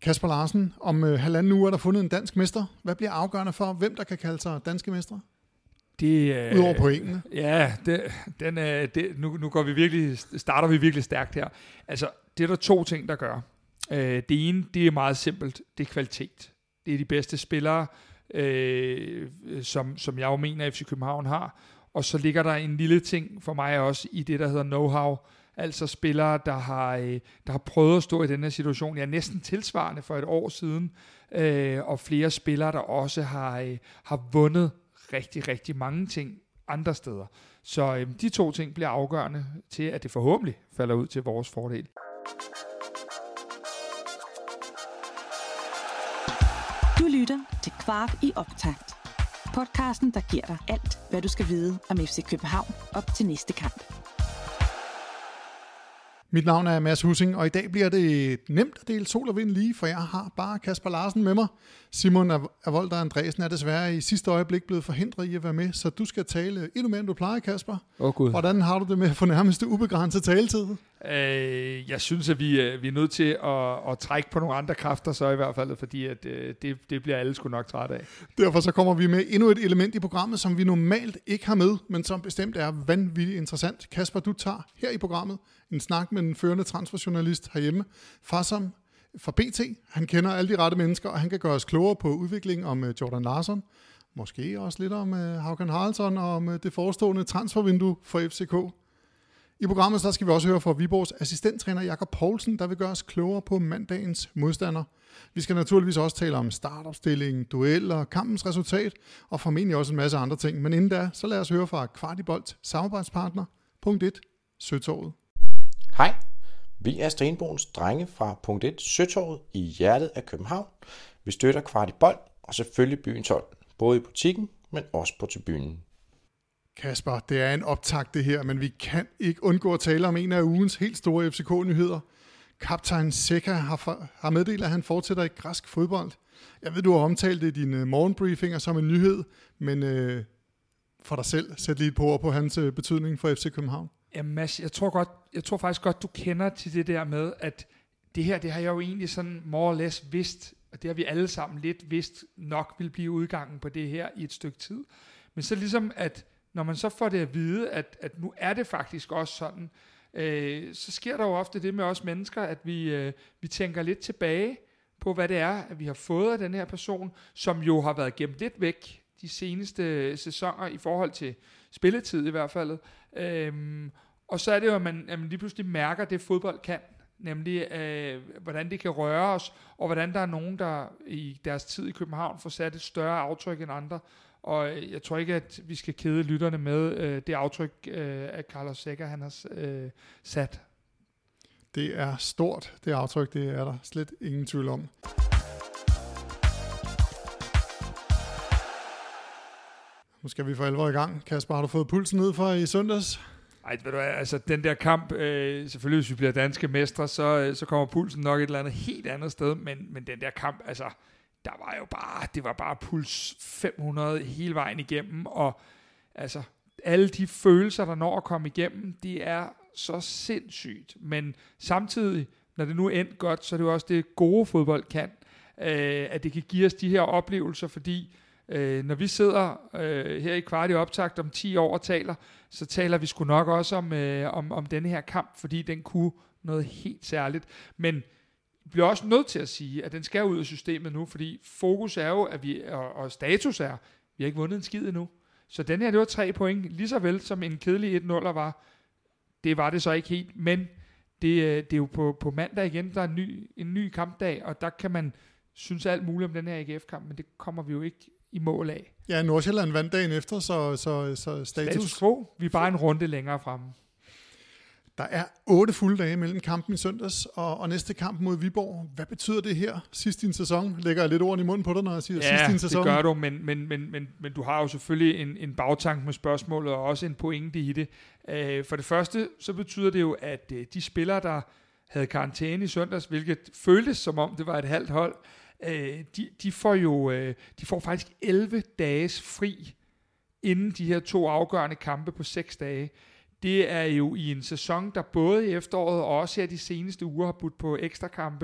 Kasper Larsen, om halvanden uge er der fundet en dansk mester. Hvad bliver afgørende for, hvem der kan kalde sig danske mestre? Udover pointene. Ja, nu starter vi virkelig stærkt her. Altså, det er der to ting, der gør. Det ene, det er meget simpelt. Det er kvalitet. Det er de bedste spillere, som jeg jo mener, FC København har. Og så ligger der en lille ting for mig også i det, der hedder know-how. Altså spillere, der har prøvet at stå i den her situation. Jeg er næsten tilsvarende for et år siden. Og flere spillere, der også har vundet rigtig, rigtig mange ting andre steder. Så de to ting bliver afgørende til, at det forhåbentlig falder ud til vores fordel. Du lytter til Kvart i optakt. Podcasten, der giver dig alt, hvad du skal vide om FC København op til næste kamp. Mit navn er Mads Hussing, og i dag bliver det nemt at dele sol og vind lige, for jeg har bare Kasper Larsen med mig. Simon Avolder Andresen er desværre i sidste øjeblik blevet forhindret i at være med, så du skal tale endnu mere, end du plejer, Kasper. Gud. Hvordan har du det med at få nærmest ubegrænset taletid? Jeg synes, at vi er nødt til at trække på nogle andre kræfter, så i hvert fald, fordi at, det bliver alle sgu nok træt af. Derfor så kommer vi med endnu et element i programmet, som vi normalt ikke har med, men som bestemt er vanvittigt interessant. Kasper, du tager her i programmet en snak med den førende transferjournalist herhjemme, Farsam fra BT. Han kender alle de rette mennesker, og han kan gøre os klogere på udviklingen om Jordan Larsson. Måske også lidt om Håkan Haraldsson og om det forestående transfervindue for FCK. I programmet så skal vi også høre fra Viborgs assistenttræner Jakob Poulsen, der vil gøre os klogere på mandagens modstander. Vi skal naturligvis også tale om startopstilling, dueller, kampens resultat og formentlig også en masse andre ting. Men inden da, så lad os høre fra Kvartibolt samarbejdspartner. Punkt 1. Søtorvet. Hej, vi er Stenbogens drenge fra Punkt 1 Søtorvet i hjertet af København. Vi støtter Kvartibolt og selvfølgelig byens hold, både i butikken, men også på tribunen. Kasper, det er en optakt det her, men vi kan ikke undgå at tale om en af ugens helt store FCK-nyheder. Kaptajn Zeca har meddelt, at han fortsætter i græsk fodbold. Jeg ved, du har omtalt det i dine morgenbriefinger som en nyhed, men for dig selv, sæt lige et par ord på hans betydning for FC København. Ja, Mads, jeg tror faktisk godt, du kender til det der med, at det her, det har jeg jo egentlig sådan more or less vidst, og det har vi alle sammen lidt vidst nok vil blive udgangen på det her i et stykke tid. Men så ligesom, at når man så får det at vide, at nu er det faktisk også sådan, så sker der jo ofte det med os mennesker, at vi tænker lidt tilbage på, hvad det er, at vi har fået af den her person, som jo har været gemt lidt væk de seneste sæsoner i forhold til spilletid i hvert fald. Og så er det jo, at man lige pludselig mærker det fodbold kan, nemlig hvordan det kan røre os, og hvordan der er nogen, der i deres tid i København får sat et større aftryk end andre. Og jeg tror ikke, at vi skal kede lytterne med det aftryk, at Carlos Zeca han har sat. Det er stort, det aftryk, det er der slet ingen tvivl om. Nu skal vi for alvor i gang. Kasper, har du fået pulsen ned fra i søndags? Ej, ved du hvad, altså den der kamp, selvfølgelig hvis vi bliver danske mestre, så kommer pulsen nok et eller andet helt andet sted, men den der kamp, altså det var bare puls 500 hele vejen igennem, og altså alle de følelser, der når at komme igennem, det er så sindssygt, men samtidig, når det nu er endt godt, så er det jo også det gode fodbold kan, at det kan give os de her oplevelser, fordi når vi sidder her i Kvart i optakt om 10 år og taler, så taler vi sgu nok også om denne her kamp, fordi den kunne noget helt særligt, men vi bliver også nødt til at sige, at den skal ud af systemet nu, fordi fokus er jo, at og status er, vi har ikke vundet en skid endnu. Så den her, det var 3 point, lige så vel som en kedelig 1-0'er var. Det var det så ikke helt, men det er jo på mandag igen, der er en ny kampdag, og der kan man synes alt muligt om den her AGF-kamp, men det kommer vi jo ikke i mål af. Ja, Nordsjælland vandt dagen efter, så status quo. Vi er bare en runde længere fremme. Der er 8 fulde dage mellem kampen i søndags og næste kamp mod Viborg. Hvad betyder det her sidst i en sæson? Lægger jeg lidt ord i munden på dig, når jeg siger sidst i en sæson? Ja, det gør du, men du har jo selvfølgelig en bagtank med spørgsmålet og også en pointe i det. For det første, så betyder det jo, at de spillere, der havde karantæne i søndags, hvilket føltes som om det var et halvt hold, de får faktisk 11 dages fri inden de her 2 afgørende kampe på 6 dage. Det er jo i en sæson, der både i efteråret og også her de seneste uger har budt på ekstra kampe.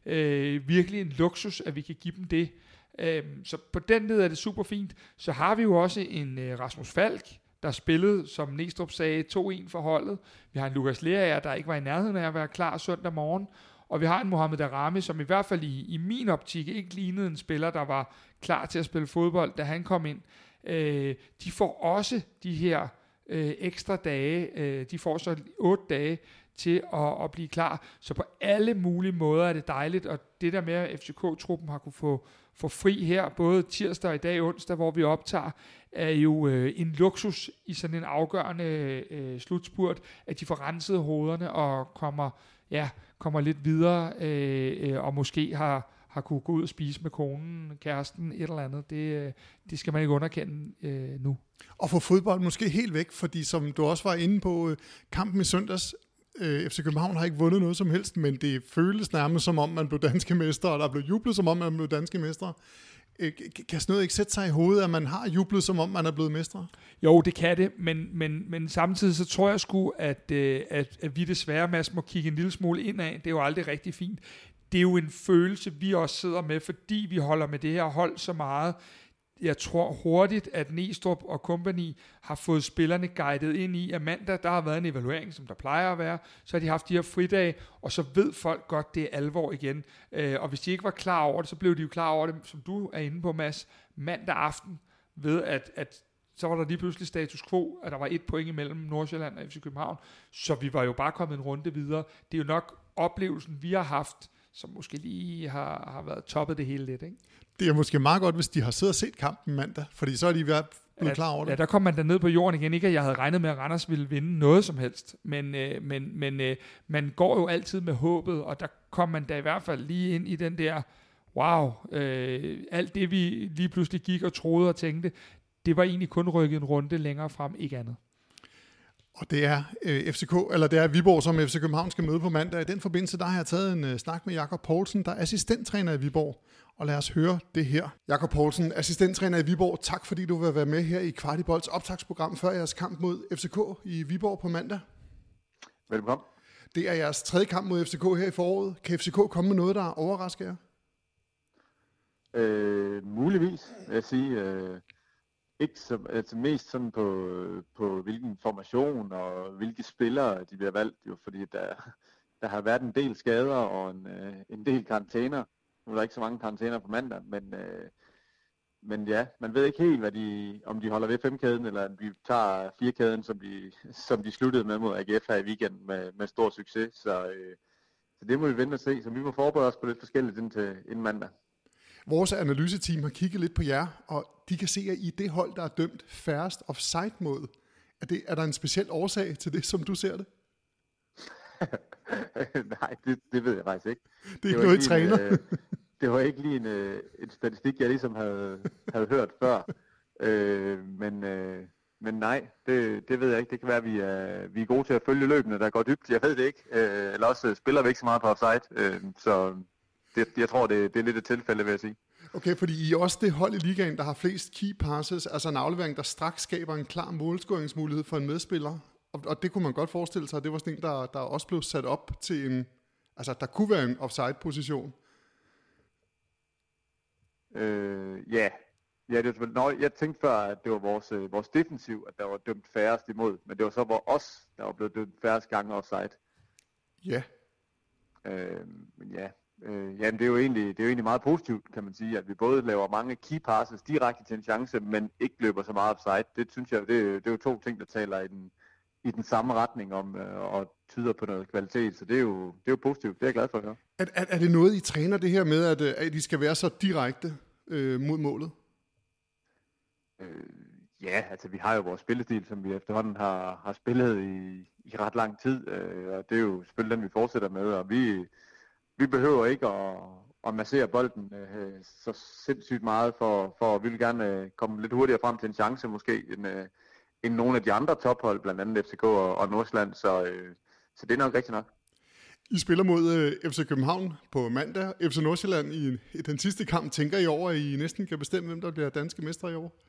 virkelig en luksus, at vi kan give dem det. Så på den led er det super fint. Så har vi jo også en Rasmus Falk, der spillede, som Næstrup sagde, 2-1 for holdet. Vi har en Lukas Lerager, der ikke var i nærheden af at være klar søndag morgen. Og vi har en Mohamed Daramy, som i hvert fald i min optik ikke lignede en spiller, der var klar til at spille fodbold, da han kom ind. De får også de her ekstra dage. De får så 8 dage til at blive klar. Så på alle mulige måder er det dejligt, og det der med, at FCK-truppen har kunne få fri her, både tirsdag og i dag onsdag, hvor vi optager, er jo en luksus i sådan en afgørende slutspurt, at de får renset hovederne og kommer lidt videre, og måske har kunne gå ud og spise med konen, kæresten, et eller andet. Det skal man ikke underkende nu. Og få fodbold måske helt væk, fordi som du også var inde på, kampen i søndags, FC København har ikke vundet noget som helst, men det føles nærmest som om, man blev danske mestre, og der blev jublet som om, man blev danske mestre. Kan sådan noget ikke sætte sig i hovedet, at man har jublet som om, man er blevet mestre? Jo, det kan det, men samtidig så tror jeg sgu, at vi desværre, Mads, må kigge en lille smule indad. Det er jo aldrig rigtig fint. Det er jo en følelse, vi også sidder med, fordi vi holder med det her hold så meget. Jeg tror hurtigt, at Næstrup og company har fået spillerne guidet ind i, at mandag, der har været en evaluering, som der plejer at være, så har de haft de her fridage, og så ved folk godt, det er alvor igen. Og hvis de ikke var klar over det, så blev de jo klar over det, som du er inde på, Mads, mandag aften, ved at så var der lige pludselig status quo, at der var 1 point imellem Nordsjælland og FC København, så vi var jo bare kommet en runde videre. Det er jo nok oplevelsen, vi har haft, som måske lige har været toppet det hele lidt, ikke? Det er måske meget godt, hvis de har siddet og set kampen mandag, fordi så er de været blevet klar over det. Ja, der kom man da ned på jorden igen. Ikke at jeg havde regnet med, at Randers ville vinde noget som helst, men man går jo altid med håbet, og der kom man da i hvert fald lige ind i den der, wow, alt det vi lige pludselig gik og troede og tænkte, det var egentlig kun rykket en runde længere frem, ikke andet. Og det er det er Viborg, som FC København skal møde på mandag. I den forbindelse, der har jeg taget en snak med Jakob Poulsen, der er assistenttræner i Viborg. Og lad os høre det her. Jakob Poulsen, assistenttræner i Viborg. Tak fordi du vil være med her i Kvartibolds optagsprogram før jeres kamp mod FCK i Viborg på mandag. Velkommen. Det er jeres 3. kamp mod FCK her i foråret. Kan FCK komme med noget, der overrasker jer? Muligvis, vil jeg sige. Ikke så, altså mest sådan på hvilken formation og hvilke spillere de bliver valgt, jo, fordi der har været en del skader og en del karantæner. Nu er der ikke så mange karantæner på mandag, men ja, man ved ikke helt, om de holder ved 5-kæden, eller om de tager 4-kæden, som de sluttede med mod AGF her i weekenden med stor succes. Så det må vi vente og se, så vi må forberede os på lidt forskelligt inden mandag. Vores analyseteam har kigget lidt på jer, og de kan se, at I det hold, der er dømt færrest offside mod. Er der en speciel årsag til det, som du ser det? Nej, det ved jeg faktisk ikke. Det er ikke noget, I træner? Det var ikke lige en statistik, jeg ligesom havde hørt før. Men nej, det ved jeg ikke. Det kan være, at vi er gode til at følge løbende, der går dybt. Jeg ved det ikke. Eller også spiller vi ikke så meget på offside. Så jeg tror, det er lidt et tilfælde, vil jeg sige. Okay, fordi I er også det hold i ligaen, der har flest key passes, altså en aflevering, der straks skaber en klar målscoringsmulighed for en medspiller. Og det kunne man godt forestille sig, at det var sådan en, der også blev sat op til en, altså der kunne være en offside-position. Ja, jeg tænkte før, at det var vores defensiv, at der var dømt færrest imod, men det var så os, der var blevet dømt færrest gange offside. Ja. Men ja. Jamen det er jo egentlig meget positivt, kan man sige, at vi både laver mange key passes direkte til en chance, men ikke løber så meget offside. Det synes jeg, det er jo 2 ting, der taler i den samme retning om og tyder på noget kvalitet, så det er jo positivt. Det er jeg glad for at høre. Er det noget, I træner det her med, at de skal være så direkte mod målet? Ja, altså vi har jo vores spillestil, som vi efterhånden har spillet i ret lang tid, og det er jo selvfølgelig den, vi fortsætter med, og vi behøver ikke at massere bolden så sindssygt meget, for vi vil gerne komme lidt hurtigere frem til en chance måske, end nogle af de andre tophold, blandt andet FCK og Nordsjælland, så det er nok rigtigt nok. I spiller mod FC København på mandag, FC Nordsjælland i den sidste kamp. Tænker I over, at I næsten kan bestemme, hvem der bliver danske mestre i år?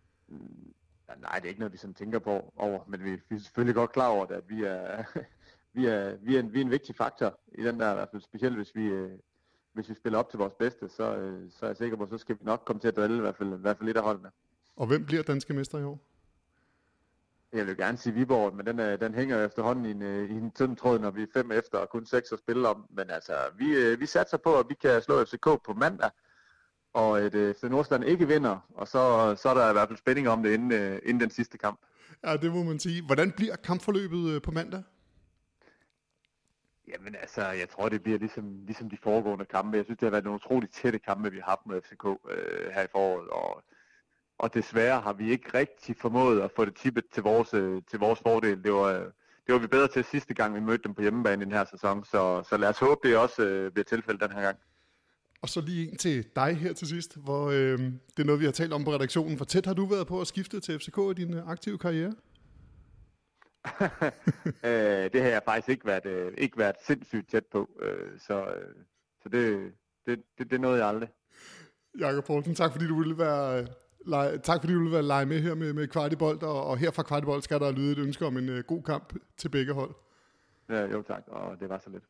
Nej, det er ikke noget, vi sådan tænker på over, men vi er selvfølgelig godt klar over det, at vi er en vigtig faktor i den der, i hvert fald specielt hvis vi spiller op til vores bedste, så er jeg sikker på, så skal vi nok komme til at drille i hvert fald lidt af holdene. Og hvem bliver danske mester i år? Jeg vil gerne sige Viborg, men den hænger efterhånden i en tynd tråd, når vi er 5 efter og kun 6 at spille om. Men altså, vi satser på, at vi kan slå FCK på mandag, og at FC Nordsjælland ikke vinder, og så er der i hvert fald spænding om det inden den sidste kamp. Ja, det må man sige. Hvordan bliver kampforløbet på mandag? Jamen altså, jeg tror, det bliver ligesom de foregående kampe. Jeg synes, det har været nogle utroligt tætte kampe, vi har haft med FCK her i foråret, og desværre har vi ikke rigtig formået at få det tippet til vores fordel. Det var vi bedre til sidste gang, vi mødte dem på hjemmebane i den her sæson, så lad os håbe, det også bliver tilfældet den her gang. Og så lige en til dig her til sidst, hvor det er noget, vi har talt om på redaktionen. Hvor tæt har du været på at skifte til FCK i din aktive karriere? Det har jeg faktisk ikke været sindssygt tæt på, så det nåede jeg aldrig. Jakob Poulsen, tak fordi du ville være lege med her med Kvartibold, og her fra Kvartibold skal der lyde et ønske om en god kamp til begge hold. Ja, jo tak, og det var så lidt.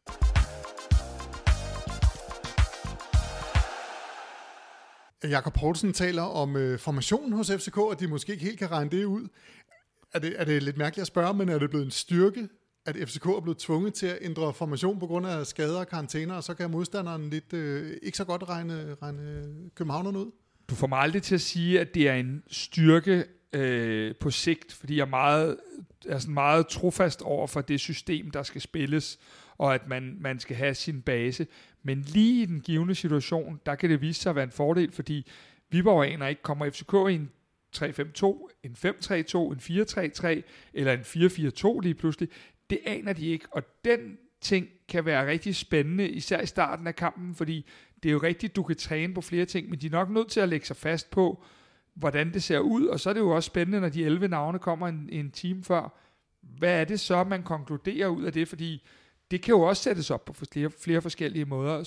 Jakob Poulsen taler om formationen hos FCK, og de måske ikke helt kan regne det ud. Er det lidt mærkeligt at spørge, men er det blevet en styrke, at FCK er blevet tvunget til at ændre formation på grund af skader og karantæner, og så kan modstanderen lidt ikke så godt regne københavnerne ud? Du får mig aldrig til at sige, at det er en styrke på sigt, fordi jeg er sådan meget trofast over for det system, der skal spilles, og at man skal have sin base. Men lige i den givne situation, der kan det vise sig at være en fordel, fordi Viborg aner ikke, kommer FCK i en 3-5-2, en 5-3-2, en 4-3-3 eller en 4-4-2 lige pludselig. Det aner de ikke, og den ting kan være rigtig spændende, især i starten af kampen, fordi det er jo rigtigt, du kan træne på flere ting, men de er nok nødt til at lægge sig fast på, hvordan det ser ud, og så er det jo også spændende, når de 11 navne kommer en time før. Hvad er det så, man konkluderer ud af det, fordi det kan jo også sættes op på flere forskellige måder,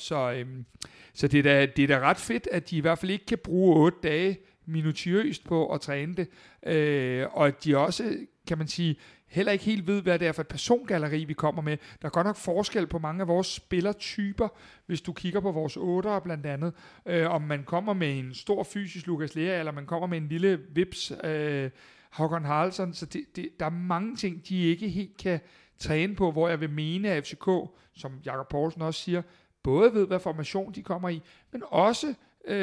så det er da ret fedt, at de i hvert fald ikke kan bruge 8 dage minutiøst på at træne det, og at de også, kan man sige, heller ikke helt ved, hvad det er for et persongalleri, vi kommer med. Der er godt nok forskel på mange af vores spillertyper, hvis du kigger på vores 8'ere blandt andet, om man kommer med en stor fysisk Lukas Lea, eller man kommer med en lille vips Håkon Haraldsson, så der er mange ting, de ikke helt kan træne på, hvor jeg vil mene, at FCK, som Jakob Poulsen også siger, både ved, hvad formation de kommer i, men også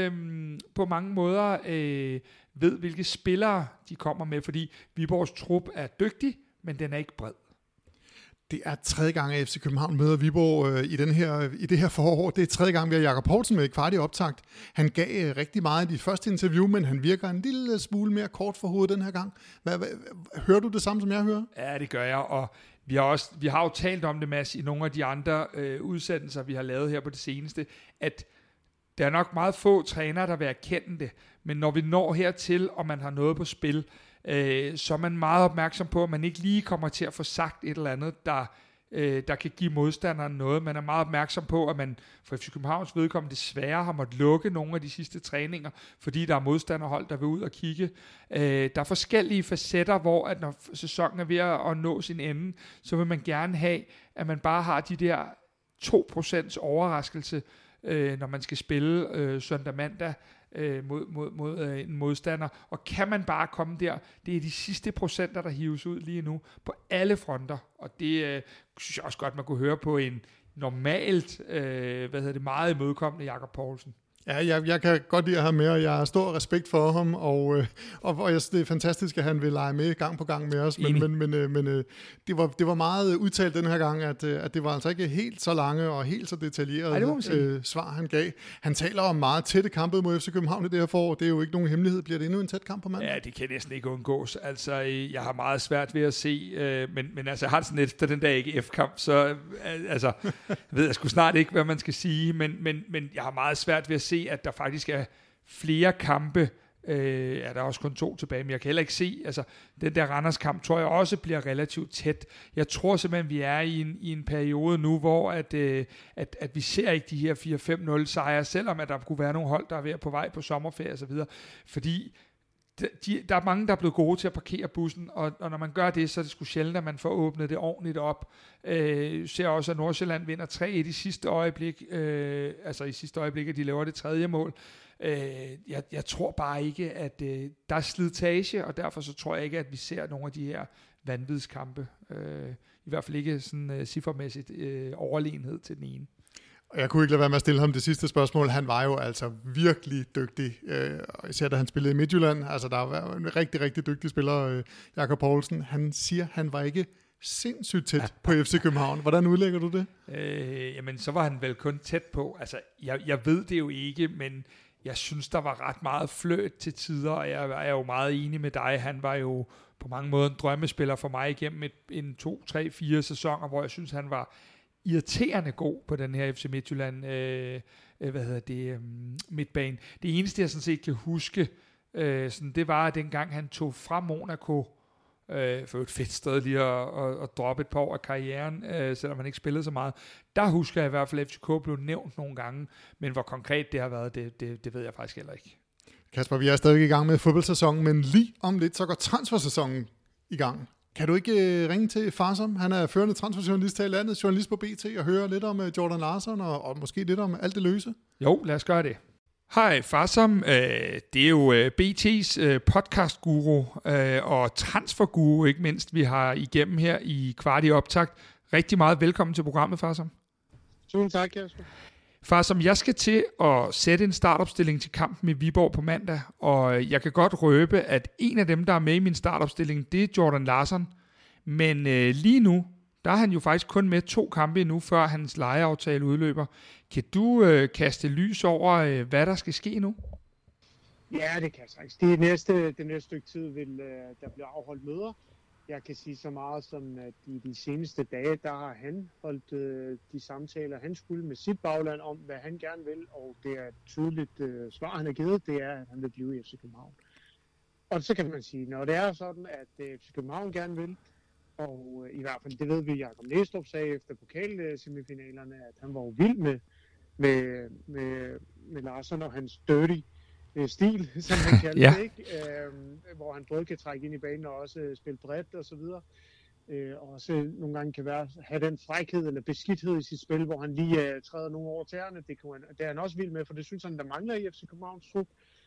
på mange måder ved, hvilke spillere de kommer med, fordi Viborgs trup er dygtig, men den er ikke bred. Det er 3. gang, at FC København møder Viborg i det her forår. Det er 3. gang, vi har Jakob Poulsen med kvart i optakt. Han gav rigtig meget i de første interview, men han virker en lille smule mere kort for hovedet den her gang. Hører du det samme, som jeg hører? Ja, det gør jeg, og vi har jo talt om det, Mads, i nogle af de andre udsendelser, vi har lavet her på det seneste, at der er nok meget få trænere, der vil erkende det, men når vi når hertil, og man har noget på spil, så er man meget opmærksom på, at man ikke lige kommer til at få sagt et eller andet, der kan give modstanderen noget. Man er meget opmærksom på, at man for FC Københavns vedkommende desværre har måttet lukke nogle af de sidste træninger, fordi der er modstanderhold, der vil ud og kigge. Der er forskellige facetter, hvor at når sæsonen er ved at nå sin ende, så vil man gerne have, at man bare har de der 2% overraskelse, når man skal spille søndag mandag mod en modstander. Og kan man bare komme der, det er de sidste procenter, der hives ud lige nu på alle fronter. Og det synes jeg også godt, man kunne høre på en normalt, meget imødekommende Jakob Poulsen. Ja, jeg kan godt lide at have med, og jeg har stor respekt for ham, og jeg synes, det er fantastisk, at han vil lege med gang på gang med os, men det var meget udtalt den her gang, at det var altså ikke helt så lange og helt så detaljerede svar, han gav. Han taler om meget tætte kampe mod FC København i det her forår. Det er jo ikke nogen hemmelighed. Bliver det endnu en tæt kamp på mandag? Ja, det kan næsten ikke undgås. Altså, jeg har meget svært ved at se, men altså, jeg har sådan efter den der AGF-kamp, så altså, ved jeg sgu snart ikke, hvad man skal sige, men jeg har meget svært ved at se, at der faktisk er flere kampe. Der er også kun 2 tilbage, men jeg kan heller ikke se, altså den der Randers-kamp, tror jeg også bliver relativt tæt. Jeg tror simpelthen, vi er i en periode nu, hvor at vi ser ikke de her 4-5-0 sejre, selvom at der kunne være nogle hold, der er ved at på vej på sommerferie og så videre, fordi der er mange, der er blevet gode til at parkere bussen, og når man gør det, så er det sgu sjældent, at man får åbnet det ordentligt op. Ser også, at Nordsjælland vinder 3-1 i sidste øjeblik, i sidste øjeblik, at de laver det tredje mål. Jeg tror bare ikke, at der er slitage, og derfor så tror jeg ikke, at vi ser nogle af de her vanvidskampe. I hvert fald ikke sådan ciffermæssigt overlegenhed til den ene. Og jeg kunne ikke lade være med at stille ham det sidste spørgsmål. Han var jo altså virkelig dygtig, især da han spillede i Midtjylland. Altså, der var en rigtig, rigtig dygtig spiller, Jakob Poulsen. Han siger, han var ikke sindssygt tæt på FC København. Hvordan udlægger du det? Jamen, så var han vel kun tæt på. Altså, jeg ved det jo ikke, men jeg synes, der var ret meget fløt til tider, og jeg er jo meget enig med dig. Han var jo på mange måder en drømmespiller for mig igennem en 2, 3, 4 sæsoner, hvor jeg synes, han var irriterende god på den her FC Midtjylland midtbane. Det eneste, jeg sådan set kan huske, det var, at dengang han tog fra Monaco, for et fedt sted lige at droppe et par år af karrieren, selvom han ikke spillede så meget. Der husker jeg i hvert fald, at FCK blev nævnt nogle gange, men hvor konkret det har været, det ved jeg faktisk heller ikke. Kasper, vi er stadig i gang med fodboldsæsonen, men lige om lidt, så går transfersæsonen i gang. Kan du ikke ringe til Farsam? Han er førende transferjournalist her i landet, journalist på BT, og høre lidt om Jordan Larsson, og måske lidt om alt det løse. Jo, lad os gøre det. Hej Farsam, det er jo BT's podcastguru og transferguru, ikke mindst, vi har igennem her i Kvart i Optakt. Rigtig meget velkommen til programmet, Farsam. Tusind tak, Kasper. Farsam, jeg skal til at sætte en startopstilling til kampen i Viborg på mandag, og jeg kan godt røbe, at en af dem, der er med i min startopstilling, det er Jordan Larsson. Men lige nu, der er han jo faktisk kun med 2 kampe endnu, før hans lejeaftale udløber. Kan du kaste lys over, hvad der skal ske nu? Ja, det kan jeg sagtens. Det næste stykke tid vil der blive afholdt møder. Jeg kan sige så meget som, at i de seneste dage, der har han holdt de samtaler, han skulle med sit bagland om, hvad han gerne vil. Og det er et tydeligt svar, han har givet, det er, at han vil blive i FC København. Og så kan man sige, når det er sådan, at FC København gerne vil, og i hvert fald, det ved vi, Jakob Næstrup sagde efter pokalsemifinalerne, at han var jo vild med Larsson og hans dirty stil, som han kalder det, ikke? Hvor han både kan trække ind i banen og også spille bredt og så videre. Og også nogle gange kan have den frækhed eller beskidthed i sit spil, hvor han lige træder nogle over tæerne. Det er han også vild med, for det synes han, der mangler i FC Københavns trup.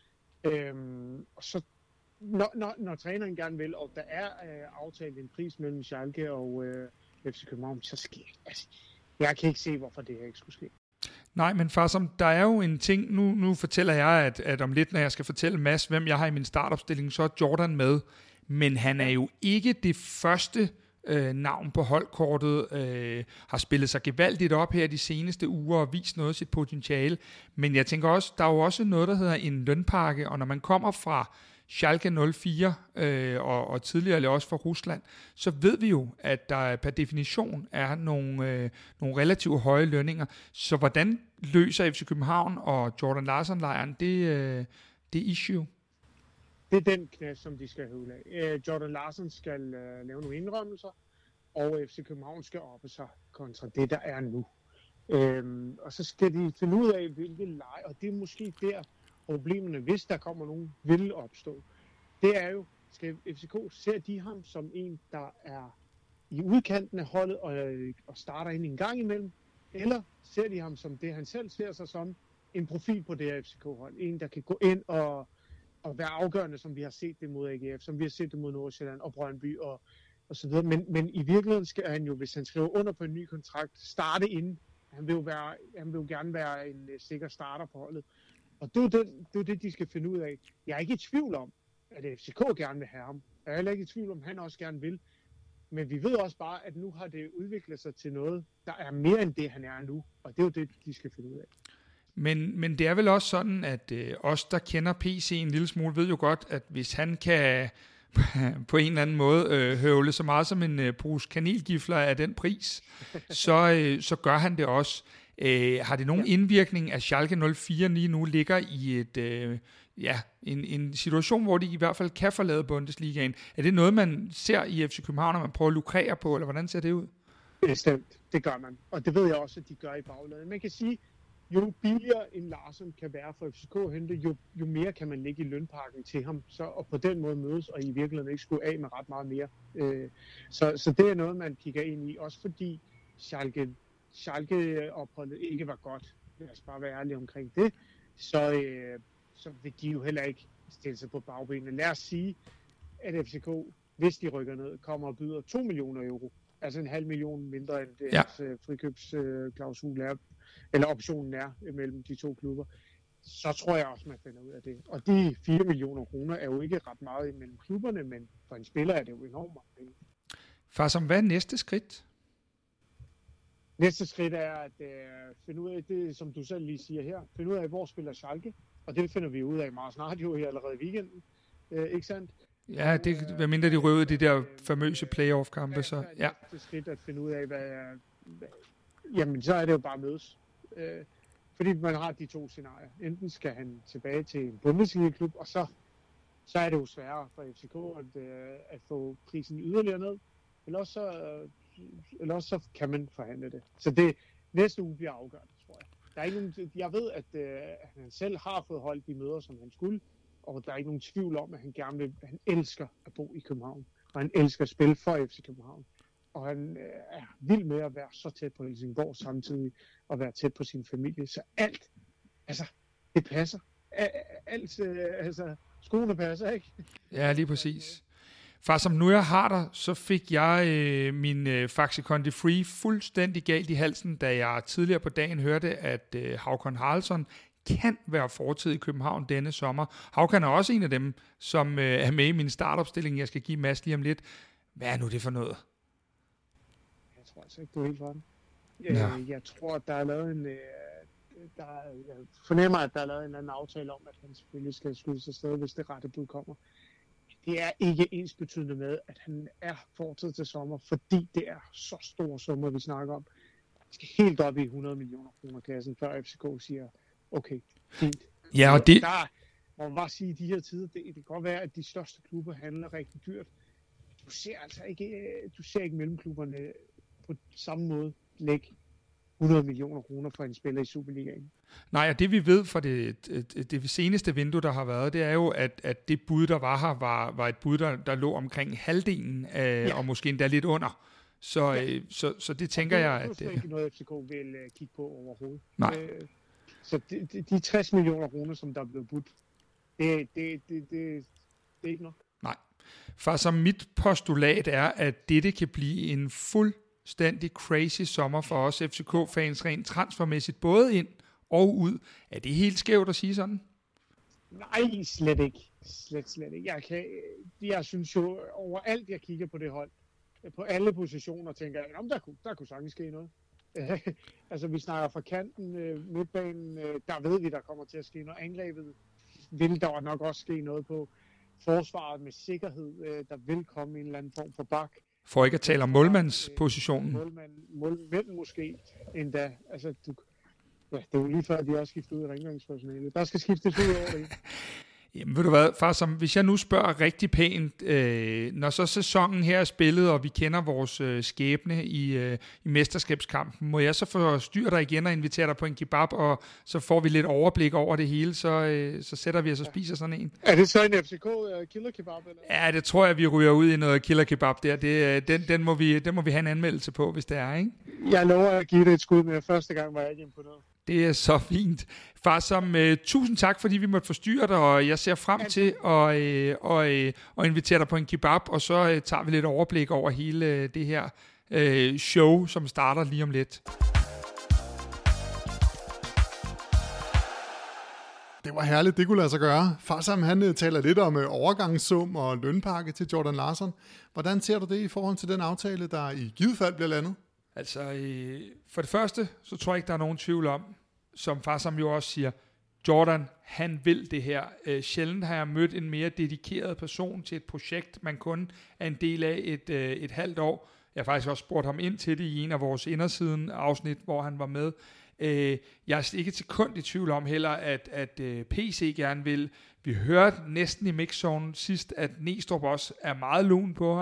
Og så når træneren gerne vil, og der er aftalt en pris mellem Schalke og FC København, så sker det. Altså, jeg kan ikke se, hvorfor det her ikke skulle ske. Nej, men Farsam, der er jo en ting, nu fortæller jeg, at om lidt, når jeg skal fortælle Mads, hvem jeg har i min startopstilling, så er Jordan med, men han er jo ikke det første navn på holdkortet, har spillet sig gevaldigt op her de seneste uger og vist noget af sit potentiale, men jeg tænker også, der er jo også noget, der hedder en lønpakke, og når man kommer fra Schalke 04 og tidligere også fra Rusland, så ved vi jo, at der per definition er nogle relativt høje lønninger. Så hvordan løser FC København og Jordan Larsson-lejren det issue? Det er den knæs, som de skal høvle af. Jordan Larsson skal lave nogle indrømmelser, og FC København skal oppe sig kontra det, der er nu. Og så skal de finde ud af, hvilke leje, og det er måske der, problemerne, hvis der kommer nogen, vil opstå. Det er jo, skal FCK, ser de ham som en, der er i udkanten af holdet og starter ind en gang imellem, eller ser de ham som det, han selv ser sig som, en profil på det her FCK-hold. En, der kan gå ind og være afgørende, som vi har set det mod AGF, som vi har set det mod Nordsjælland og Brøndby og så videre. Men i virkeligheden skal han jo, hvis han skriver under på en ny kontrakt, starte inden. Han vil jo gerne være en sikker starter på holdet. Og det er jo det, de skal finde ud af. Jeg er ikke i tvivl om, at FCK gerne vil have ham. Jeg er heller ikke i tvivl om, at han også gerne vil. Men vi ved også bare, at nu har det udviklet sig til noget, der er mere end det, han er nu. Og det er jo det, de skal finde ud af. Men det er vel også sådan, at os, der kender PC en lille smule, ved jo godt, at hvis han kan på en eller anden måde høvle så meget som en brus kanelgifler af den pris, så gør han det også. Har det nogen indvirkning, at Schalke 04 lige nu ligger i en situation, hvor de i hvert fald kan forlade Bundesligaen? Er det noget, man ser i FC København, når man prøver at lukrere på, eller hvordan ser det ud? Bestemt, det gør man. Og det ved jeg også, at de gør i bagladet. Man kan sige, jo billigere en Larsen kan være for FCK at hente, jo mere kan man lægge i lønpakken til ham, og på den måde mødes, og i virkeligheden ikke skulle af med ret meget mere. Så det er noget, man kigger ind i, også fordi Schalke-opholdet ikke var godt. Lad os bare være ærlige omkring det. Så vil de jo heller ikke stille sig på bagbenene. Lad os sige, at FCK, hvis de rykker ned, kommer og byder 2 millioner euro. Altså 500.000 mindre end det frikøbsklausul er, eller optionen er mellem de to klubber. Så tror jeg også, man finder ud af det. Og de 4 millioner kroner er jo ikke ret meget imellem klubberne, men for en spiller er det jo enormt meget. Farsom, hvad er næste skridt? Næste skridt er at finde ud af det, som du selv lige siger her. Finde ud af, hvor spiller Schalke. Og det finder vi ud af meget snart jo her allerede i weekenden. Ikke sandt? Ja, det hvad mindre de røvede de der famøse playoff-kampe. Så ja. Det skridt at finde ud af, jamen så er det jo bare mødes. Fordi man har de to scenarier. Enten skal han tilbage til en Bundesliga-klub, og så er det jo sværere for FCK at få prisen yderligere ned. Eller også så kan man forhandle det. Så det næste uge bliver afgørende, tror jeg. Der er ikke nogen, jeg ved, at han selv har fået holdt de møder, som han skulle, og der er ikke nogen tvivl om, at han elsker at bo i København, og han elsker at spille for FC København. Og han er vild med at være så tæt på Helsingborg samtidig, og være tæt på sin familie. Så alt, det passer. Skoene passer, ikke? Ja, lige præcis. Far, som nu jeg har dig, så fik jeg min Faxe Kondi Free fuldstændig galt i halsen, da jeg tidligere på dagen hørte, at Håkon Haraldsson kan være fortid i København denne sommer. Håkon er også en af dem, som er med i min startopstilling, jeg skal give Mads lige om lidt. Hvad er nu det for noget? Jeg tror altså ikke, du er helt for den. Jeg tror, at der er lavet en... jeg fornemmer, at der er lavet en eller anden aftale om, at han selvfølgelig skal skyde sig sted, hvis det rette bud kommer. Det er ikke ensbetydende med, at han er fortid til sommer, fordi det er så store summer, vi snakker om. Vi skal helt op i 100 millioner kroner kassen, før FCK siger, okay, fint. Ja, og det... Der må man bare sige, i de her tider, det kan godt være, at de største klubber handler rigtig dyrt. Du ser altså ikke mellemklubberne på samme måde lægge 100 millioner kroner for en spiller i Superligaen. Nej, og det vi ved fra det seneste vindue, der har været, det er jo, at det bud, der var her, var et bud, der lå omkring halvdelen, og måske endda lidt under. Så det tænker jeg, at... Det er ikke noget, FCK vil kigge på overhovedet. Nej. Så de 60 millioner kroner, som der er blevet budt, det er ikke nok. Nej. For som mit postulat er, at dette kan blive en fuldstændig crazy sommer for os FCK-fans, rent transfermæssigt, både ind og ud. Er det helt skævt at sige sådan? Nej, slet ikke. Slet ikke. Jeg synes jo, overalt jeg kigger på det hold, på alle positioner, tænker jeg, der kunne sagtens ske noget. Altså, vi snakker fra kanten, midtbanen, der ved vi, der kommer til at ske noget. Angrebet vil der nok også ske noget på. Forsvaret med sikkerhed, der vil komme en eller anden form for bak. For ikke at tale om målmandspositionen. Målmand måske endda. Altså, det er jo lige før, at de også skifter ud i rengøringspersonalet. Der skal skiftes ud over det. Jamen ved du hvad, far, hvis jeg nu spørger rigtig pænt, når så sæsonen her er spillet, og vi kender vores skæbne i mesterskabskampen, må jeg så forstyrre dig igen og invitere dig på en kebab, og så får vi lidt overblik over det hele, så sætter vi os og spiser sådan en. Er det så en FCK killer kebab? Eller? Ja, det tror jeg, vi ryger ud i noget killer kebab der. Den må vi have en anmeldelse på, hvis det er, ikke? Jeg lover at give det et skud med. Første gang var jeg ikke imponeret. Det er så fint. Far, tusind tak, fordi vi måtte forstyrre dig, og jeg ser frem til at invitere dig på en kebab, og så tager vi lidt overblik over hele det her show, som starter lige om lidt. Det var herligt, det kunne lade sig gøre. Farsam, han taler lidt om overgangssum og lønpakke til Jordan Larsson. Hvordan ser du det i forhold til den aftale, der i givet fald bliver landet? Altså, for det første, så tror jeg ikke, der er nogen tvivl om, som Farsam jo også siger, Jordan, han vil det her. Sjældent har jeg mødt en mere dedikeret person til et projekt, man kun er en del af et halvt år. Jeg har faktisk også spurgt ham ind til det i en af vores indersiden afsnit, hvor han var med. Jeg er ikke til kun i tvivl om heller, at PC gerne vil. Vi hørte næsten i mixzone sidst, at Næstrup også er meget lun på ham.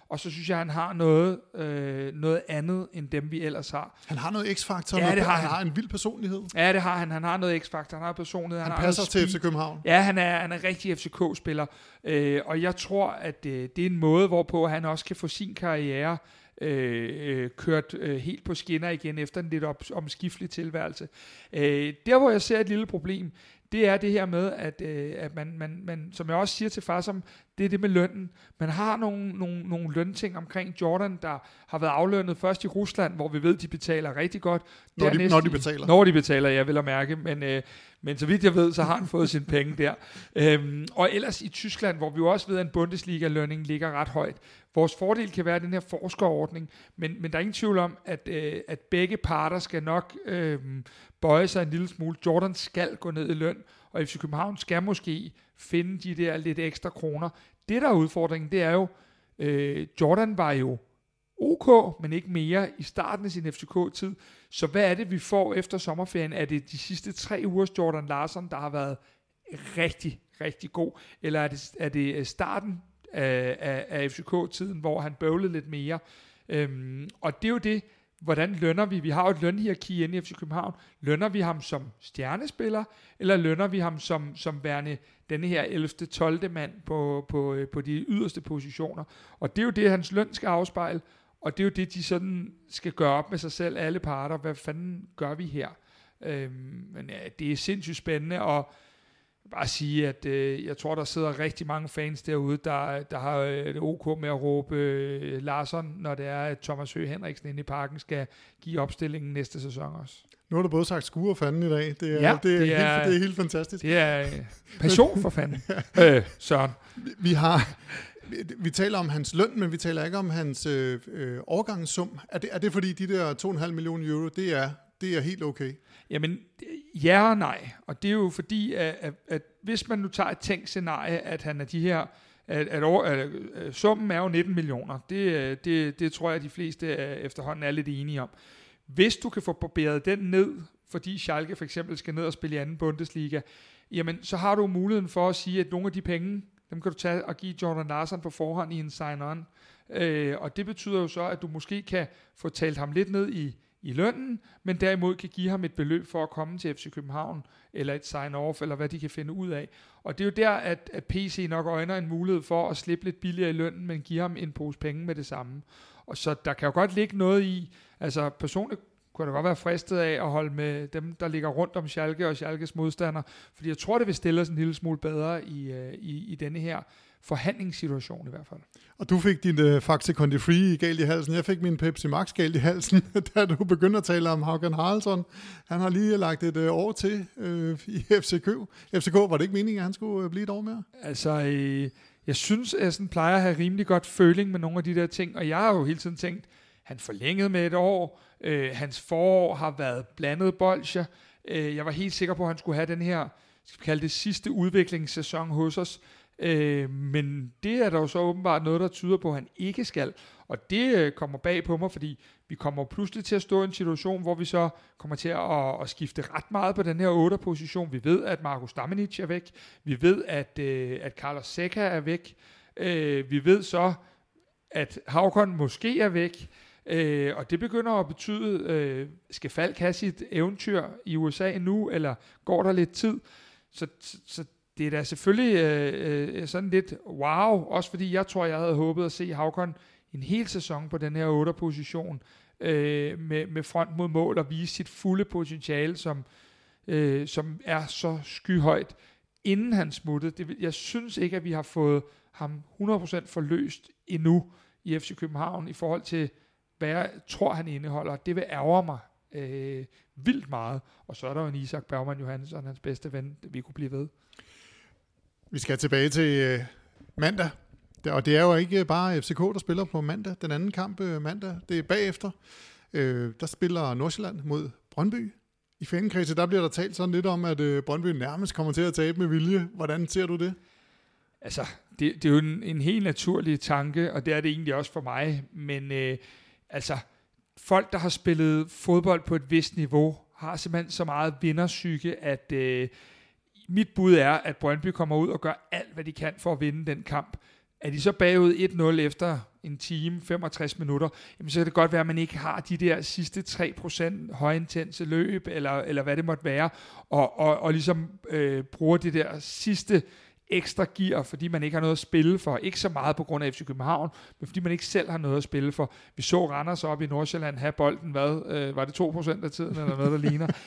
og så synes jeg, han har noget andet, end dem vi ellers har. Han har noget x-faktor, Ja, det har han har en vild personlighed. Ja, det har han. Han har noget x-faktor, han har personlighed. Han passer til FC København. Ja, han er rigtig FCK-spiller, og jeg tror, at det er en måde, hvorpå han også kan få sin karriere kørt helt på skinner igen efter en lidt omskiftelig tilværelse. Der, hvor jeg ser et lille problem, det er det her med, at man, som jeg også siger til Farsam, det er det med lønnen. Man har nogle lønting omkring Jordan, der har været aflønnet først i Rusland, hvor vi ved, de betaler rigtig godt. Når de betaler, jeg vil at mærke, men så vidt jeg ved, så har han fået sine penge der. Og ellers i Tyskland, hvor vi jo også ved, at en Bundesliga-lønning ligger ret højt. Vores fordel kan være den her forskerordning, men der er ingen tvivl om, at begge parter skal nok bøje sig en lille smule. Jordan skal gå ned i løn, og FC København skal måske finde de der lidt ekstra kroner. Det, der er udfordringen, det er jo, Jordan var jo OK, men ikke mere i starten af sin FCK-tid. Så hvad er det, vi får efter sommerferien? Er det de sidste 3 ugers Jordan Larsson, der har været rigtig, rigtig god? Eller er det starten af FCK-tiden, hvor han bøvlede lidt mere? Og det er jo det, hvordan lønner vi? Vi har jo et lønhierarki inde i FC København. Lønner vi ham som stjernespiller, eller lønner vi ham som værende denne her 11. 12. mand på de yderste positioner? Og det er jo det, hans løn skal afspejle, og det er jo det, de sådan skal gøre op med sig selv, alle parter. Hvad fanden gør vi her? Men ja, det er sindssygt spændende, og bare sige, at jeg tror, der sidder rigtig mange fans derude, der har det OK med at råbe Larsson, når det er, at Thomas Høgh Henriksen inde i parken skal give opstillingen næste sæson også. Nu har du både sagt skue og fanden i dag. Det er helt fantastisk. Det er passion for fanden. Søren. Vi taler om hans løn, men vi taler ikke om hans overgangssum. Er det fordi de der 2,5 millioner euro, det er helt okay? Jamen, ja og nej. Og det er jo fordi, at hvis man nu tager et tænkt scenarie, at han er de her, at summen er jo 19 millioner. Det tror jeg, at de fleste efterhånden er lidt enige om. Hvis du kan få barberet den ned, fordi Schalke for eksempel skal ned og spille i anden Bundesliga, jamen så har du muligheden for at sige, at nogle af de penge, dem kan du tage og give Jordan Larsson på forhånd i en sign-on. Og det betyder jo så, at du måske kan få talt ham lidt ned i lønnen, men derimod kan give ham et beløb for at komme til FC København, eller et sign-off, eller hvad de kan finde ud af. Og det er jo der, at PC nok øjner en mulighed for at slippe lidt billigere i lønnen, men give ham en pose penge med det samme. Og så der kan jo godt ligge noget i, altså personligt kunne det godt være fristet af at holde med dem, der ligger rundt om Schalke og Schalkes modstander, fordi jeg tror, det vil stille os en lille smule bedre i denne her forhandlingssituation i hvert fald. Og du fik din Faxe Conti Free galt i halsen. Jeg fik min Pepsi Max galt i halsen, da du begyndte at tale om Haugen Haraldsson. Han har lige lagt et år til i FCK. FCK, var det ikke meningen, at han skulle blive et år mere? Altså, jeg synes, at jeg sådan plejer at have rimelig godt føling med nogle af de der ting, og jeg har jo hele tiden tænkt, han forlængede med et år. Hans forår har været blandet bolsjer. Jeg var helt sikker på, at han skulle have den her, skal vi kalde det, sidste udviklingssæson hos os. Men det er der jo så åbenbart noget, der tyder på, at han ikke skal. Og det kommer bag på mig, fordi vi kommer pludselig til at stå i en situation, hvor vi så kommer til at skifte ret meget på den her 8'er-position. Vi ved, at Marko Stamenic er væk. Vi ved, at Carlos Seca er væk. Vi ved så, at Haugen måske er væk. Og det begynder at betyde, skal Falk have sit eventyr i USA nu, eller går der lidt tid? Så det er da selvfølgelig sådan lidt wow, også fordi jeg tror, jeg havde håbet at se Haugen en hel sæson på den her 8'er-position, med front mod mål og vise sit fulde potentiale, som er så skyhøjt, inden han smuttede. Jeg synes ikke, at vi har fået ham 100% forløst endnu i FC København, i forhold til, hvad jeg tror, han indeholder. Det vil ærge mig vildt meget. Og så er der jo en Isak Bergman Johansson, hans bedste ven, vi kunne blive ved. Vi skal tilbage til mandag. Og det er jo ikke bare FCK, der spiller på mandag. Den anden kamp mandag, det er bagefter. Der spiller Nordsjælland mod Brøndby. I fankredse, der bliver der talt sådan lidt om, at Brøndby nærmest kommer til at tabe med vilje. Hvordan ser du det? Altså, det er jo en helt naturlig tanke, og det er det egentlig også for mig. Men altså, folk, der har spillet fodbold på et vist niveau, har simpelthen så meget vindersyge, at mit bud er, at Brøndby kommer ud og gør alt, hvad de kan for at vinde den kamp. Er de så bagud 1-0 efter en time, 65 minutter, jamen så kan det godt være, at man ikke har de der sidste 3% højintense løb, eller hvad det måtte være, og ligesom bruger det der sidste ekstra gear, fordi man ikke har noget at spille for. Ikke så meget på grund af FC København, men fordi man ikke selv har noget at spille for. Vi så Randers op i Nordsjælland have bolden, var det 2% af tiden, eller noget, der ligner.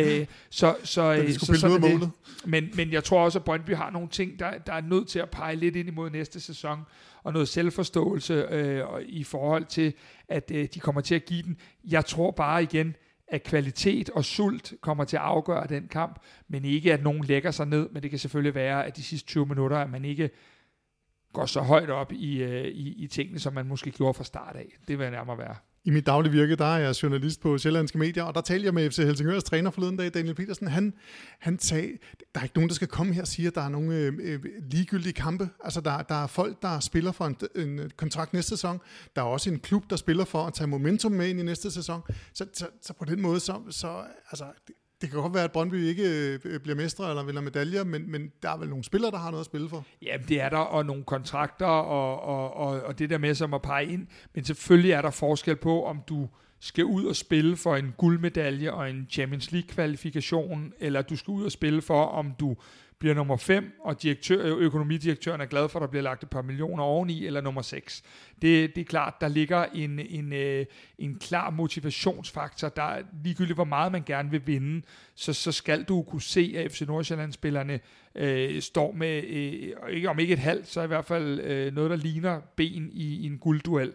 Men jeg tror også, at Brøndby har nogle ting, der er nødt til at pege lidt ind imod næste sæson, og noget selvforståelse i forhold til, at de kommer til at give den. Jeg tror bare igen, at kvalitet og sult kommer til at afgøre den kamp, men ikke at nogen lægger sig ned, men det kan selvfølgelig være, at de sidste 20 minutter, at man ikke går så højt op i tingene, som man måske gjorde fra start af. Det vil jeg nærmere være. I mit daglige virke, der er jeg journalist på Sjællandske Medier, og der talte jeg med FC Helsingørs træner forleden dag, Daniel Petersen. Han sagde, der er ikke nogen, der skal komme her og sige, at der er nogle ligegyldige kampe. Altså, der er folk, der spiller for en kontrakt næste sæson. Der er også en klub, der spiller for at tage momentum med ind i næste sæson. Så på den måde, altså, det kan godt være, at Brøndby ikke bliver mestre eller vinder medaljer, men der er vel nogle spillere, der har noget at spille for. Jamen, det er der, og nogle kontrakter, og det der med som at pege ind. Men selvfølgelig er der forskel på, om du skal ud og spille for en guldmedalje og en Champions League-kvalifikation, eller du skal ud og spille for, om du bliver nummer 5, og økonomidirektøren er glad for, at der bliver lagt et par millioner oveni, eller nummer 6. Det er klart, der ligger en klar motivationsfaktor, der ligegyldigt hvor meget man gerne vil vinde, så skal du kunne se, at FC Nordsjælland-spillerne står med, ikke et halvt, så i hvert fald noget, der ligner ben i en guldduel.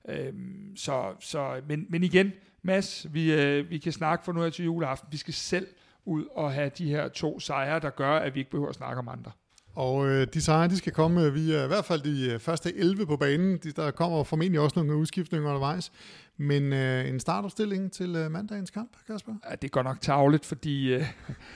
Men igen, Mads, vi kan snakke for nu her til juleaften. Vi skal selv ud og have de her 2 sejre, der gør, at vi ikke behøver at snakke om andre. Og de sejre, de skal komme via i hvert fald de første 11 på banen. Der kommer formentlig også nogle udskiftninger undervejs. Men en startopstilling til mandagens kamp, Kasper? Ja, det går nok tarveligt, fordi... det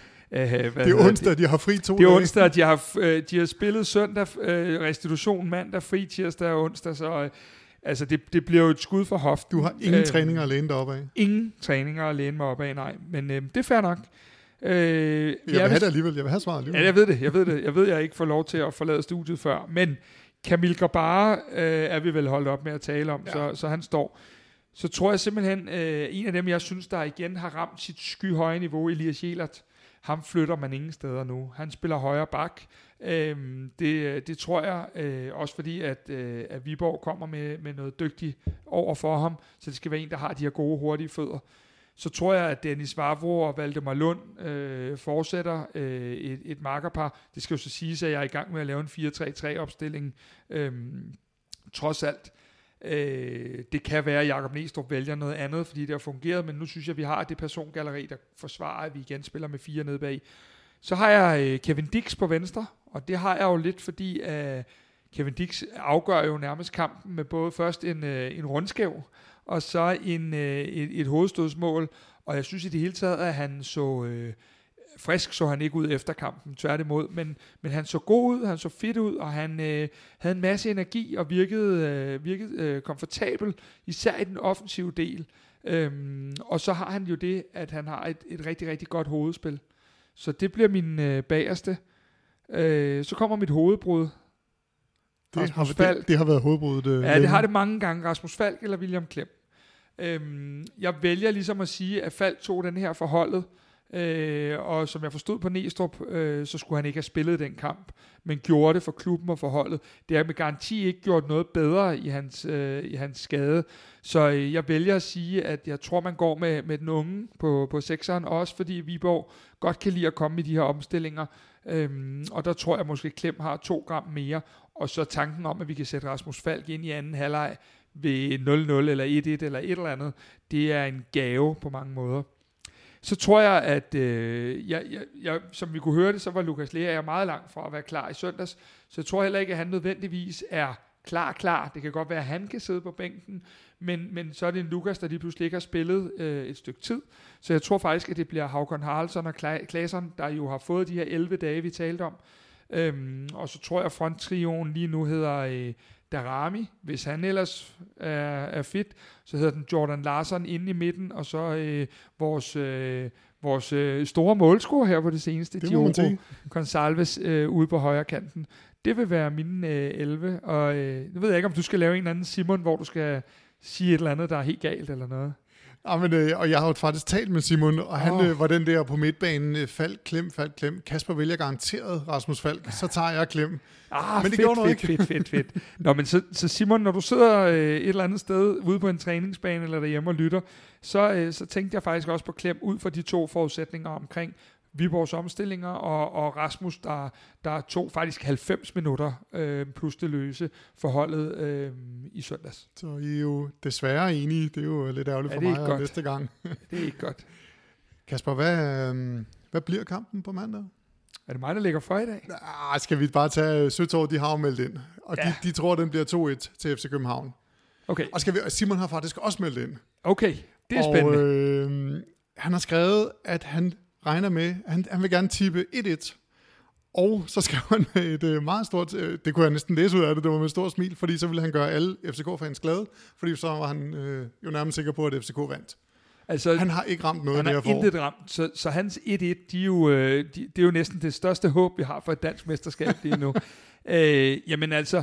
er onsdag, de har fri 2 dage. Det er onsdag, de har spillet søndag, restitution mandag, fri tirsdag og onsdag, så... Altså, det bliver jo et skud for hoften. Du har ingen træninger at læne dig op af? Ingen træninger at læne mig op af, nej. Men det er fair nok. Jeg vil have det alligevel. Jeg vil have svaret alligevel. Ja, jeg ved, jeg ikke får lov til at forlade studiet før. Men Kamil Grabara er vi vel holdt op med at tale om, ja. Så han står. Så tror jeg simpelthen, en af dem, jeg synes, der igen har ramt sit skyhøje niveau, Elias Jelert, ham flytter man ingen steder nu. Han spiller højre bak. Det tror jeg, også fordi, at Viborg kommer med noget dygtigt over for ham, så det skal være en, der har de her gode, hurtige fødder. Så tror jeg, at Dennis Vavro og Valdemar Lund fortsætter et markerpar. Det skal jo så siges, at jeg er i gang med at lave en 4-3-3-opstilling. Trods alt. Det kan være, at Jakob Næstrup vælger noget andet, fordi det har fungeret, men nu synes jeg, at vi har det persongalleri, der forsvarer, at vi igen spiller med 4 nede bag. Så har jeg Kevin Dix på venstre, og det har jeg jo lidt, fordi Kevin Dix afgør jo nærmest kampen med både først en rundskæv, og så et hovedstødsmål, og jeg synes i det hele taget, at han så... frisk så han ikke ud efter kampen, tværtimod, men han så god ud, han så fit ud, og han havde en masse energi og virkede komfortabel, især i den offensive del. Og så har han jo det, at han har et rigtig, rigtig godt hovedspil. Så det bliver min bagerste. Så kommer mit hovedbrud. Det har været hovedbruddet. Ja, det har det mange gange. Rasmus Falk eller William Klem. Jeg vælger ligesom at sige, at Falk tog den her forholdet, og som jeg forstod på Næstrup, så skulle han ikke have spillet den kamp, men gjorde det for klubben og for holdet. Det har med garanti ikke gjort noget bedre i hans skade, så jeg vælger at sige, at jeg tror man går med den unge på sekseren, også fordi Viborg godt kan lide at komme i de her omstillinger, og der tror jeg måske Klem har 2 gram mere, og så tanken om, at vi kan sætte Rasmus Falk ind i anden halvleg ved 0-0 eller 1-1 eller et eller andet, det er en gave på mange måder. Så tror jeg, at jeg, som vi kunne høre det, så var Lukas Lea meget langt fra at være klar i søndags. Så jeg tror heller ikke, at han nødvendigvis er klar. Det kan godt være, at han kan sidde på bænken, men så er det en Lukas, der lige pludselig ikke har spillet et stykke tid. Så jeg tror faktisk, at det bliver Håkon Haraldsson og Claesson, der jo har fået de her 11 dage, vi talte om. Og så tror jeg, at fronttrioen lige nu hedder... Darami, hvis han ellers er fit, så hedder den Jordan Larsson inde i midten, og så vores store målscorer her på det seneste, Diogo Gonçalves ude på højre kanten. Det vil være mine 11, og nu ved jeg ikke, om du skal lave en eller anden Simon, hvor du skal sige et eller andet, der er helt galt eller noget. Ja, men, og jeg har jo faktisk talt med Simon, og han var den der på midtbanen, Falk, Klem. Kasper vælger garanteret Rasmus Falk, så tager jeg Klem. Men det fedt, gjorde noget ikke. Fedt. Nå, men så Simon, når du sidder et eller andet sted ude på en træningsbane eller derhjemme og lytter, så tænkte jeg faktisk også på Klem ud fra de 2 forudsætninger omkring Viborgs omstillinger og Rasmus, der tog faktisk 90 minutter plus det løse forholdet i søndags. Så I er jo desværre enige. Det er jo lidt ærgerligt for mig og næste gang. Det er ikke godt. Kasper, hvad bliver kampen på mandag? Er det mig, der ligger for i dag? Skal vi bare tage Søtorv, de har jo meldt ind. Og de tror, den bliver 2-1 til FC København. Okay. Og Simon har faktisk også meldt ind. Okay, det er spændende. Og han har skrevet, at han regner med, han vil gerne tippe 1-1, og så skrev han med et meget stort, det kunne jeg næsten læse ud af det var med et stort smil, fordi så ville han gøre alle FCK-fans glade, fordi så var han jo nærmest sikker på, at FCK vandt. Altså, han har ikke ramt noget, han har intet ramt, så hans 1-1, det er jo næsten det største håb, vi har for et dansk mesterskab lige nu. Jamen altså,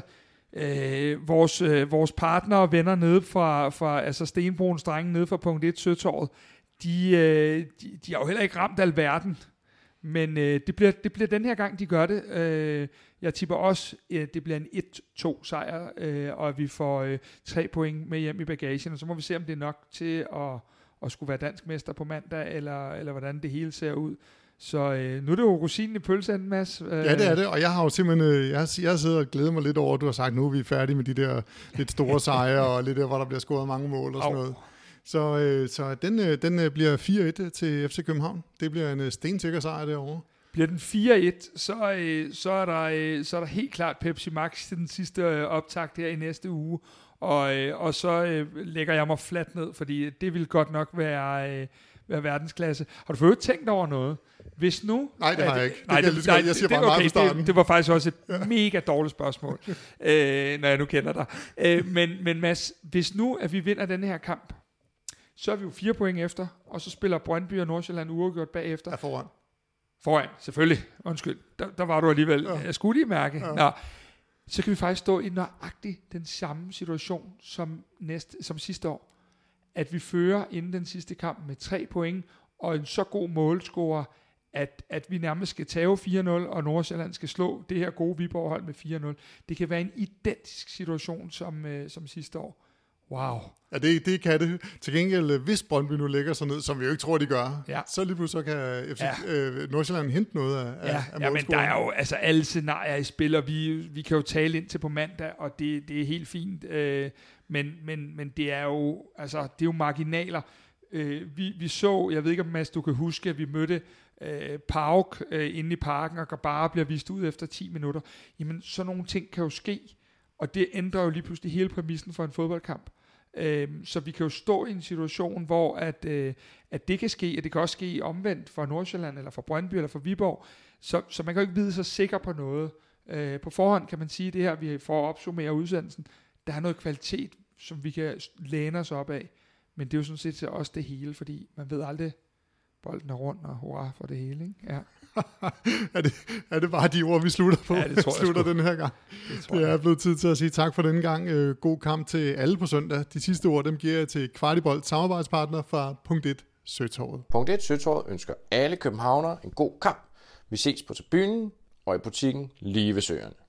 vores partnere og venner nede fra altså Stenbroens drenge nede fra punkt 1 Søtorvet, de har jo heller ikke ramt alverden, men det bliver den her gang, de gør det. Jeg tipper også, det bliver en 1-2 sejr, og vi får 3 point med hjem i bagagen, og så må vi se, om det er nok til at skulle være dansk mester på mandag, eller hvordan det hele ser ud. Så nu er det jo rosinen i pølsen, Mads. Ja, det er det, og jeg har jo simpelthen, jeg sidder og glæder mig lidt over, at du har sagt, nu er vi færdige med de der lidt store sejre, og lidt der, hvor der bliver scoret mange mål og sådan noget. Så den bliver 4-1 til FC København. Det bliver en stensikker sejr derovre. Bliver den 4-1, så er der helt klart Pepsi Max til den sidste optakt her i næste uge. Og så lægger jeg mig fladt ned, fordi det vil godt nok være verdensklasse. Har du for øvrigt tænkt over noget? Hvis nu... Nej, det har jeg ikke. Jeg siger bare meget på starten. Det var faktisk også et mega dårligt spørgsmål, når jeg nu kender dig. Men Mads, hvis nu at vi vinder den her kamp, så er vi jo 4 point efter, og så spiller Brøndby og Nordsjælland uafgjort bagefter. Ja, foran. Foran, selvfølgelig. Undskyld. Der var du alligevel. Ja. Jeg skulle lige mærke. Ja. Nå, så kan vi faktisk stå i nøjagtigt den samme situation som sidste år. At vi fører inden den sidste kamp med 3 point, og en så god målscorer, at vi nærmest skal tage 4-0, og Nordsjælland skal slå det her gode Viborg-hold med 4-0. Det kan være en identisk situation som sidste år. Wow. Ja, det kan det. Til gengæld, hvis Brøndby nu lægger sig ned, som vi jo ikke tror, de gør, så lige pludselig kan Nordsjælland hente noget af målscoren. Ja, men der er jo altså alle scenarier i spil, og vi kan jo tale ind til på mandag, og det er helt fint. Men det er jo marginaler. Vi så, jeg ved ikke om Mads, du kan huske, at vi mødte Pauk inde i parken, og bare bliver vist ud efter 10 minutter. Jamen, sådan nogle ting kan jo ske, og det ændrer jo lige pludselig hele præmissen for en fodboldkamp. Så vi kan jo stå i en situation, hvor at det kan ske, og det kan også ske omvendt for Nordsjælland, eller for Brøndby, eller for Viborg. Så man kan jo ikke vide sig sikker på noget. På forhånd kan man sige, det her, vi får opsummere udsendelsen, der er noget kvalitet, som vi kan læne os op af. Men det er jo sådan set også det hele, fordi man ved aldrig, bolden er rundt, og hurra for det hele, ikke? Ja. er det bare de ord, vi slutter på? Ja, det tror jeg slutter den her gang. Det er blevet tid til at sige tak for denne gang. God kamp til alle på søndag. De sidste ord, dem giver jeg til Kvartibolt samarbejdspartner fra punkt 1 Søtorvet. Punkt 1 Søtorvet ønsker alle københavnere en god kamp. Vi ses på tribunen og i butikken lige ved Søerne.